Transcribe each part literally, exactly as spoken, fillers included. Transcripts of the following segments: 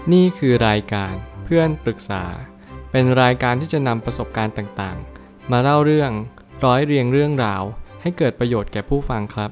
นี่คือรายการเพื่อนปรึกษาเป็นรายการที่จะนำประสบการณ์ต่างๆมาเล่าเรื่องร้อยเรียงเรื่องราวให้เกิดประโยชน์แก่ผู้ฟังครับ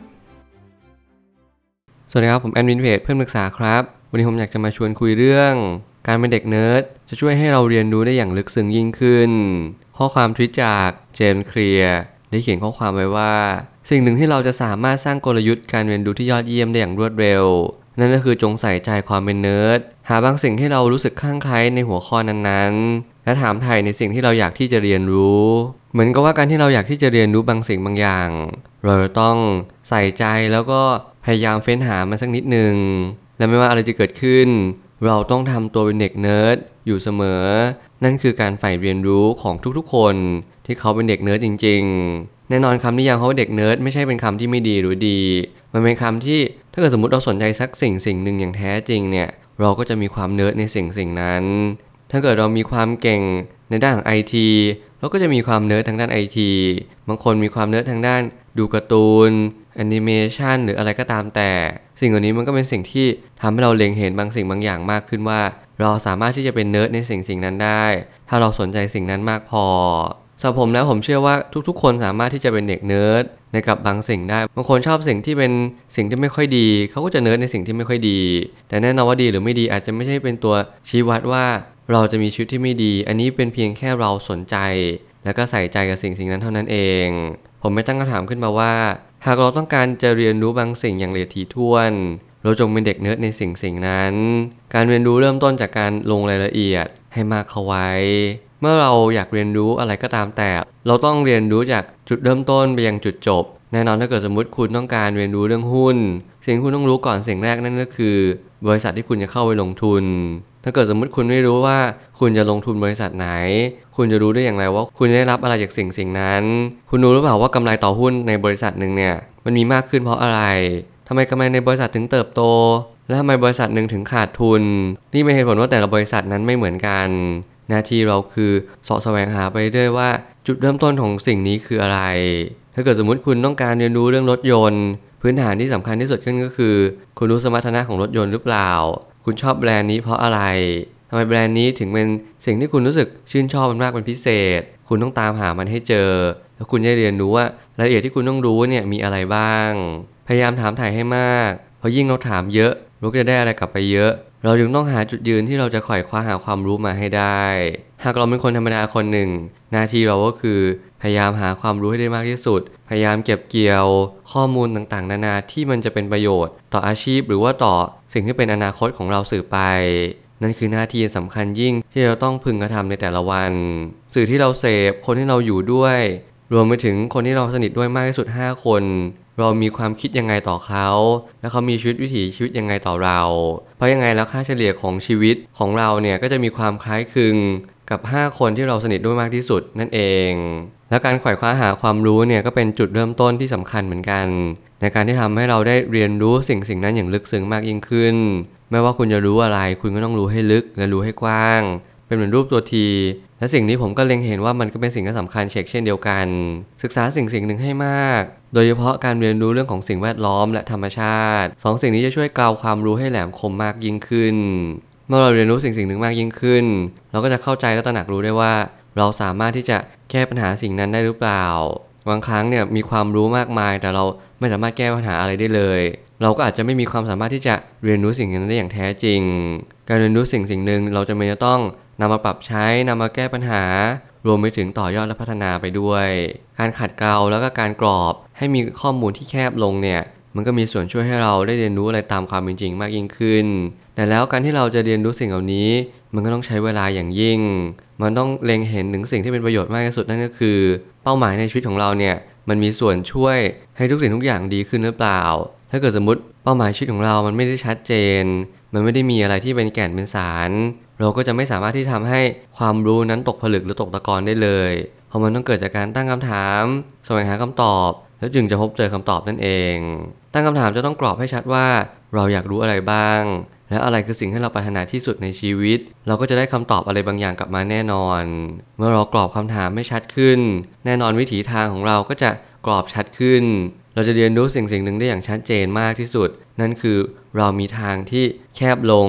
สวัสดีครับผมแอดมินเพจเพื่อนปรึกษาครับวันนี้ผมอยากจะมาชวนคุยเรื่องการเป็นเด็กเนิร์ดจะช่วยให้เราเรียนรู้ได้อย่างลึกซึ้งยิ่งขึ้นข้อความทวิตจากเจมส์เคลียร์ได้เขียนข้อความไว้ว่าสิ่งหนึ่งที่เราจะสามารถสร้างกลยุทธ์การเรียนรู้ที่ยอดเยี่ยมได้อย่างรวดเร็วนั่นก็คือจงใส่ใจความเป็นเนิร์ดหาบางสิ่งที่เรารู้สึกคลั่งไคล้ในหัวข้อนั้นๆและถามไถ่ในสิ่งที่เราอยากที่จะเรียนรู้เหมือนกับว่าการที่เราอยากที่จะเรียนรู้บางสิ่งบางอย่างเราต้องใส่ใจแล้วก็พยายามเฟ้นหามันสักนิดหนึ่งและไม่ว่าอะไรจะเกิดขึ้นเราต้องทำตัวเป็นเด็กเนิร์ดอยู่เสมอนั่นคือการใฝ่เรียนรู้ของทุกๆคนที่เขาเป็นเด็กเนิร์ดจริงๆแน่นอนคำนิยามเขาว่าเด็กเนิร์ดไม่ใช่เป็นคำที่ไม่ดีหรือดีมันเป็นคำที่ถ้าเกิดสมมติเราสนใจสักสิ่งสิ่งหนึ่งอย่างแท้จริงเนี่ยเราก็จะมีความเนิร์ดในสิ่งสิ่งนั้นถ้าเกิดเรามีความเก่งในด้านของ ไอ ที เราก็จะมีความเนิร์ดทางด้าน ไอ ที บางคนมีความเนิร์ดทางด้านดูการ์ตูนแอนิเมชันหรืออะไรก็ตามแต่สิ่งเหล่านี้มันก็เป็นสิ่งที่ทำให้เราเล็งเห็นบางสิ่งบางอย่างมากขึ้นว่าเราสามารถที่จะเป็นเนิร์ดในสิ่งสิ่งนั้นได้ถ้าเราสนใจสิ่งนั้นมากพอสำหรับผมแล้วผมเชื่อว่าทุกๆคนสามารถที่จะเป็นเด็กเนิร์ดในกับบางสิ่งได้บางคนชอบสิ่งที่เป็นสิ่งที่ไม่ค่อยดีเขาก็จะเนิร์ดในสิ่งที่ไม่ค่อยดีแต่แน่นอนว่าดีหรือไม่ดีอาจจะไม่ใช่เป็นตัวชี้วัดว่าเราจะมีชีวิตที่ไม่ดีอันนี้เป็นเพียงแค่เราสนใจแล้วก็ใส่ใจกับสิ่งสิ่งนั้นเท่านั้นเองผมไม่ตั้งคำถามขึ้นมาว่าหากเราต้องการจะเรียนรู้บางสิ่งอย่างละเอียดถี่ถ้วนเราจงเป็นเด็กเนิร์ดในสิ่งสิ่งนั้นการเรียนรู้เริ่มต้นจากการลงรายละเอียดให้มากเข้าไว้เมื่อเราอยากเรียนรู้อะไรก็ตามแต่เราต้องเรียนรู้จากจุดเริ่มต้นไปยังจุดจบแน่นอนถ้าเกิดสมมุติคุณต้องการเรียนรู้เรื่องหุ้นสิ่งที่คุณต้องรู้ก่อนสิ่งแรกนั่นก็คือบริษัทที่คุณจะเข้าไปลงทุนถ้าเกิดสมมุติคุณไม่รู้ว่าคุณจะลงทุนบริษัทไหนคุณจะรู้ได้อย่างไรว่าคุณจะได้รับอะไรจากสิ่งสิ่งนั้นคุณรู้หรือเปล่าว่ากำไรต่อหุ้นในบริษัทหนึ่งเนี่ยมันมีมากขึ้นเพราะอะไรทำไมกำไรในบริษัทถึงเติบโตและทำไมบริษัทหนึ่งถึงขาดทุนนี่เป็นเหตุผลว่าแต่ละบริษัทนั้นไม่เหมือนกันหน้าที่เราคือเสาะแสวงหาไปเรื่อยว่าจุดเริ่มต้นของสิ่งนี้คืออะไรถ้าเกิดสมมุติคุณต้องการเรียนรู้เรื่องรถยนต์พื้นฐานที่สำคัญที่สุดขึ้นก็คือคุณรู้สมรรถนะของรถยนต์หรือเปล่าคุณชอบแบรนด์นี้เพราะอะไรทำไมแบรนด์นี้ถึงเป็นสิ่งที่คุณรู้สึกชื่นชอบมันมากเป็นพิเศษคุณต้องตามหามันให้เจอแล้วคุณจะเรียนรู้ว่ารายละเอียดที่คุณต้องรู้เนี่ยมีอะไรบ้างพยายามถามถ่ายให้มากเพราะยิ่งเราถามเยอะเราก็จะได้อะไรกลับไปเยอะเราจึงต้องหาจุดยืนที่เราจะค่อยคว้าหาความรู้มาให้ได้หากเราเป็นคนธรรมดาคนหนึ่งหน้าที่เราก็คือพยายามหาความรู้ให้ได้มากที่สุดพยายามเก็บเกี่ยวข้อมูลต่างๆนานาที่มันจะเป็นประโยชน์ต่ออาชีพหรือว่าต่อสิ่งที่เป็นอนาคตของเราสืบไปนั่นคือหน้าที่สำคัญยิ่งที่เราต้องพึงกระทำในแต่ละวันสื่อที่เราเสพคนที่เราอยู่ด้วยรวมไปถึงคนที่เราสนิทด้วยมากที่สุดห้าคนเรามีความคิดยังไงต่อเขาและเขามีชีวิตวิถีชีวิตยังไงต่อเราเพราะยังไงแล้วค่าเฉลี่ยของชีวิตของเราเนี่ยก็จะมีความคล้ายคลึงกับห้าคนที่เราสนิทด้วยมากที่สุดนั่นเองและการไขว่คว้าหาความรู้เนี่ยก็เป็นจุดเริ่มต้นที่สำคัญเหมือนกันในการที่ทำให้เราได้เรียนรู้สิ่งสิ่งนั้นอย่างลึกซึ้งมากยิ่งขึ้นไม่ว่าคุณจะรู้อะไรคุณก็ต้องรู้ให้ลึกและรู้ให้กว้างเป็นเหมือนรูปตัวทีและสิ่งนี้ผมก็เล็งเห็นว่ามันก็เป็นสิ่งที่สำคัญเช่นเดียวกันศึกษาสิ่งสิ่งหนึ่งให้มากโดยเฉพาะการเรียนรู้เรื่องของสิ่งแวดล้อมและธรรมชาติสองสิ่งนี้จะช่วยกล่าวความรู้ให้แหลมคมมากยิ่งขึ้นเมื่อเราเรียนรู้สิ่งสิ่งหนึ่งมากยิ่งขึ้นเราก็จะเข้าใจและตระหนักรู้ได้ว่าเราสามารถที่จะแก้ปัญหาสิ่งนั้นได้หรือเปล่าบางครั้งเนี่ยมีความรู้มากมายแต่เราไม่สามารถแก้ปัญหาอะไรได้เลยเราก็อาจจะไม่มีความสามารถที่จะเรียนรู้สิ่งนั้นได้อย่างแท้จริงการเรียนรู้สิ่งสิ่งหนึ่งเราจะไม่ต้องนำมาปรับใช้นำมาแก้ปัญหารวมไปถึงต่อยอดและพัฒนาไปด้วยการขัดเกลาแล้วก็การกรอบให้มีข้อมูลที่แคบลงเนี่ยมันก็มีส่วนช่วยให้เราได้เรียนรู้อะไรตามความเป็นจริงมากยิ่งขึ้นแต่แล้วการที่เราจะเรียนรู้สิ่งเหล่านี้มันก็ต้องใช้เวลาอย่างยิ่งมันต้องเล็งเห็นถึงสิ่งที่เป็นประโยชน์มากที่สุดนั่นก็คือเป้าหมายในชีวิตของเราเนี่ยมันมีส่วนช่วยให้ทุกสิ่งทุกอย่างดีขึ้นหรือเปล่าถ้าเกิดสมมติเป้าหมายชีวิตของเรามันไม่ได้ชัดเจนมันไม่ได้มีอะไรที่เป็นแก่นเป็นสารเราก็จะไม่สามารถที่ทำให้ความรู้นั้นตกผลึกหรือตกตะกอนได้เลยเพราะมันต้องเกิดจากการตั้งคำถามแสวงหาคำตอบแล้วจึงจะพบเจอคำตอบนั่นเองตั้งคำถามจะต้องกรอบให้ชัดว่าเราอยากรู้อะไรบ้างและอะไรคือสิ่งที่เราปรารถนาที่สุดในชีวิตเราก็จะได้คำตอบอะไรบางอย่างกลับมาแน่นอนเมื่อเรากรอบคำถามไม่ชัดขึ้นแน่นอนวิถีทางของเราก็จะกรอบชัดขึ้นเราจะเรียนรู้สิ่งสิ่งหนึ่งได้อย่างชัดเจนมากที่สุดนั่นคือเรามีทางที่แคบลง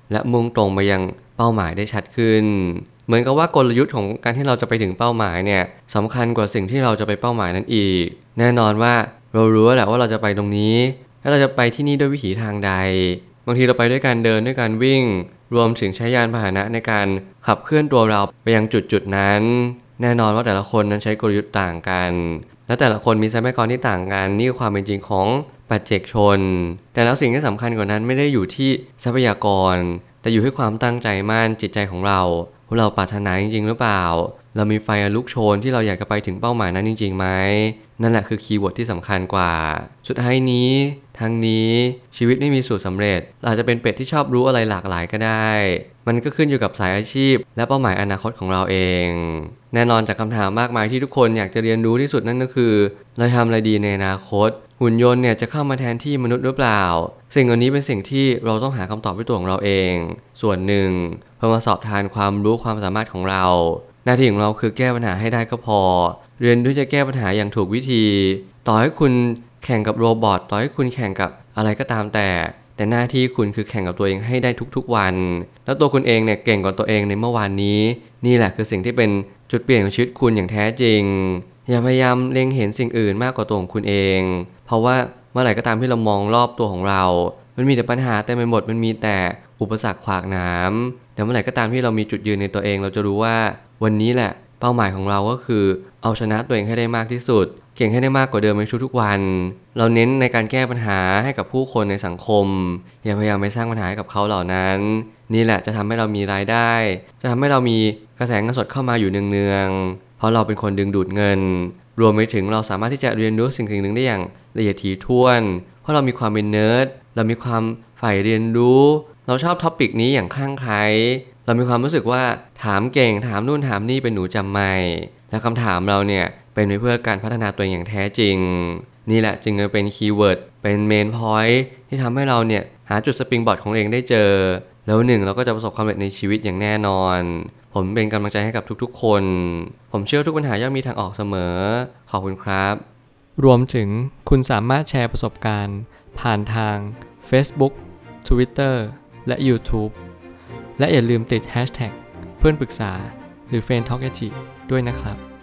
และมุ่งตรงไปยังเป้าหมายได้ชัดขึ้นเหมือนกับว่ากลยุทธ์ของการที่เราจะไปถึงเป้าหมายเนี่ยสำคัญกว่าสิ่งที่เราจะไปเป้าหมายนั้นอีกแน่นอนว่าเรารู้แหละว่าเราจะไปตรงนี้แล้วเราจะไปที่นี่ด้วยวิถีทางใดบางทีเราไปด้วยการเดินด้วยการวิ่งรวมถึงใช้ยานพาหนะในการขับเคลื่อนตัวเราไปยังจุดจุดนั้นแน่นอนว่าแต่ละคนนั้นใช้กลยุทธ์ต่างกันและแต่ละคนมีทรัพยากรที่ต่างกันนี่คือความเป็นจริงของปัจเจกชนแต่แล้วสิ่งที่สำคัญกว่านั้นไม่ได้อยู่ที่ทรัพยากรแต่อยู่ที่ความตั้งใจมั่นจิตใจของเราว่าเราปรารถนาจริงๆหรือเปล่าเรามีไฟลุกโชนที่เราอยากจะไปถึงเป้าหมายนั้นจริงๆไหมนั่นแหละคือคีย์เวิร์ดที่สำคัญกว่าสุดท้ายนี้ทั้งนี้ชีวิตไม่มีสูตรสำเร็จเราอาจจะเป็นเป็ดที่ชอบรู้อะไรหลากหลายก็ได้มันก็ขึ้นอยู่กับสายอาชีพและเป้าหมายอนาคตของเราเองแน่นอนจากคำถามมากมายที่ทุกคนอยากจะเรียนรู้ที่สุดนั่นก็คือเราทำอะไรดีในอนาคตหุ่นยนต์เนี่ยจะเข้ามาแทนที่มนุษย์หรือเปล่าสิ่งเหล่านี้เป็นสิ่งที่เราต้องหาคำตอบด้วยตัวของเราเองส่วนหนึ่งเพื่อมาสอบทานความรู้ความสามารถของเราหน้าที่ของเราคือแก้ปัญหาให้ได้ก็พอเรียนรู้จะแก้ปัญหาอย่างถูกวิธีต่อให้คุณแข่งกับโรบอทต่อให้คุณแข่งกับอะไรก็ตามแต่แต่หน้าที่คุณคือแข่งกับตัวเองให้ได้ทุกๆวันแล้วตัวคุณเองเนี่ยเก่งกว่าตัวเองในเมื่อวานนี้นี่แหละคือสิ่งที่เป็นจุดเปลี่ยนของชีวิตคุณอย่างแท้จริงอย่าพยายามเล็งเห็นสิ่งอื่นมากกว่าตัวของคุณเองเพราะว่าเมื่อไหร่ก็ตามที่เรามองรอบตัวของเรามันมีแต่ปัญหาเต็มไปหมดมันมีแต่อุปสรรคขวากหนามแต่เมื่อไหร่ก็ตามที่เรามีจุดยืนในตัวเองเราจะรู้ว่าวันนี้แหละเป้าหมายของเราก็คือเอาชนะตัวเองให้ได้มากที่สุดเก่งให้ได้มากกว่าเดิมในทุกๆวันเราเน้นในการแก้ปัญหาให้กับผู้คนในสังคมอย่าพยายามไปสร้างปัญหาให้กับเขาเหล่านั้นนี่แหละจะทำให้เรามีรายได้จะทำให้เรามีกระแสเงินสดเข้ามาอยู่เนืองๆเพราะเราเป็นคนดึงดูดเงินรวมไปถึงเราสามารถที่จะเรียนรู้สิ่งสิ่งหนึ่งได้อย่างละเอียดถี่ถ้วนเพราะเรามีความเป็นเนิร์ดเรามีความใฝ่เรียนรู้เราชอบท็อปิกนี้อย่างคลั่งไคล้เรามีความรู้สึกว่าถามเก่งถามนู่นถามนี่เป็นหนูจำไม่และคำถามเราเนี่ยเป็นไปเพื่อการพัฒนาตัวเองอย่างแท้จริงนี่แหละจึงเป็นคีย์เวิร์ดเป็นเมนพอยท์ที่ทำให้เราเนี่ยหาจุดสปริงบอร์ดของตัวเองได้เจอแล้วหนึ่งเราก็จะประสบความสำเร็จในชีวิตอย่างแน่นอนผมเป็นกำลังใจให้กับทุกๆคนผมเชื่อทุกปัญหาย่อมมีทางออกเสมอขอบคุณครับรวมถึงคุณสามารถแชร์ประสบการณ์ผ่านทาง Facebook Twitter และ YouTube และอย่าลืมติด แฮชแท็ก เพื่อนปรึกษาหรือ เฟรนด์ ทอล์ก ด้วยนะครับ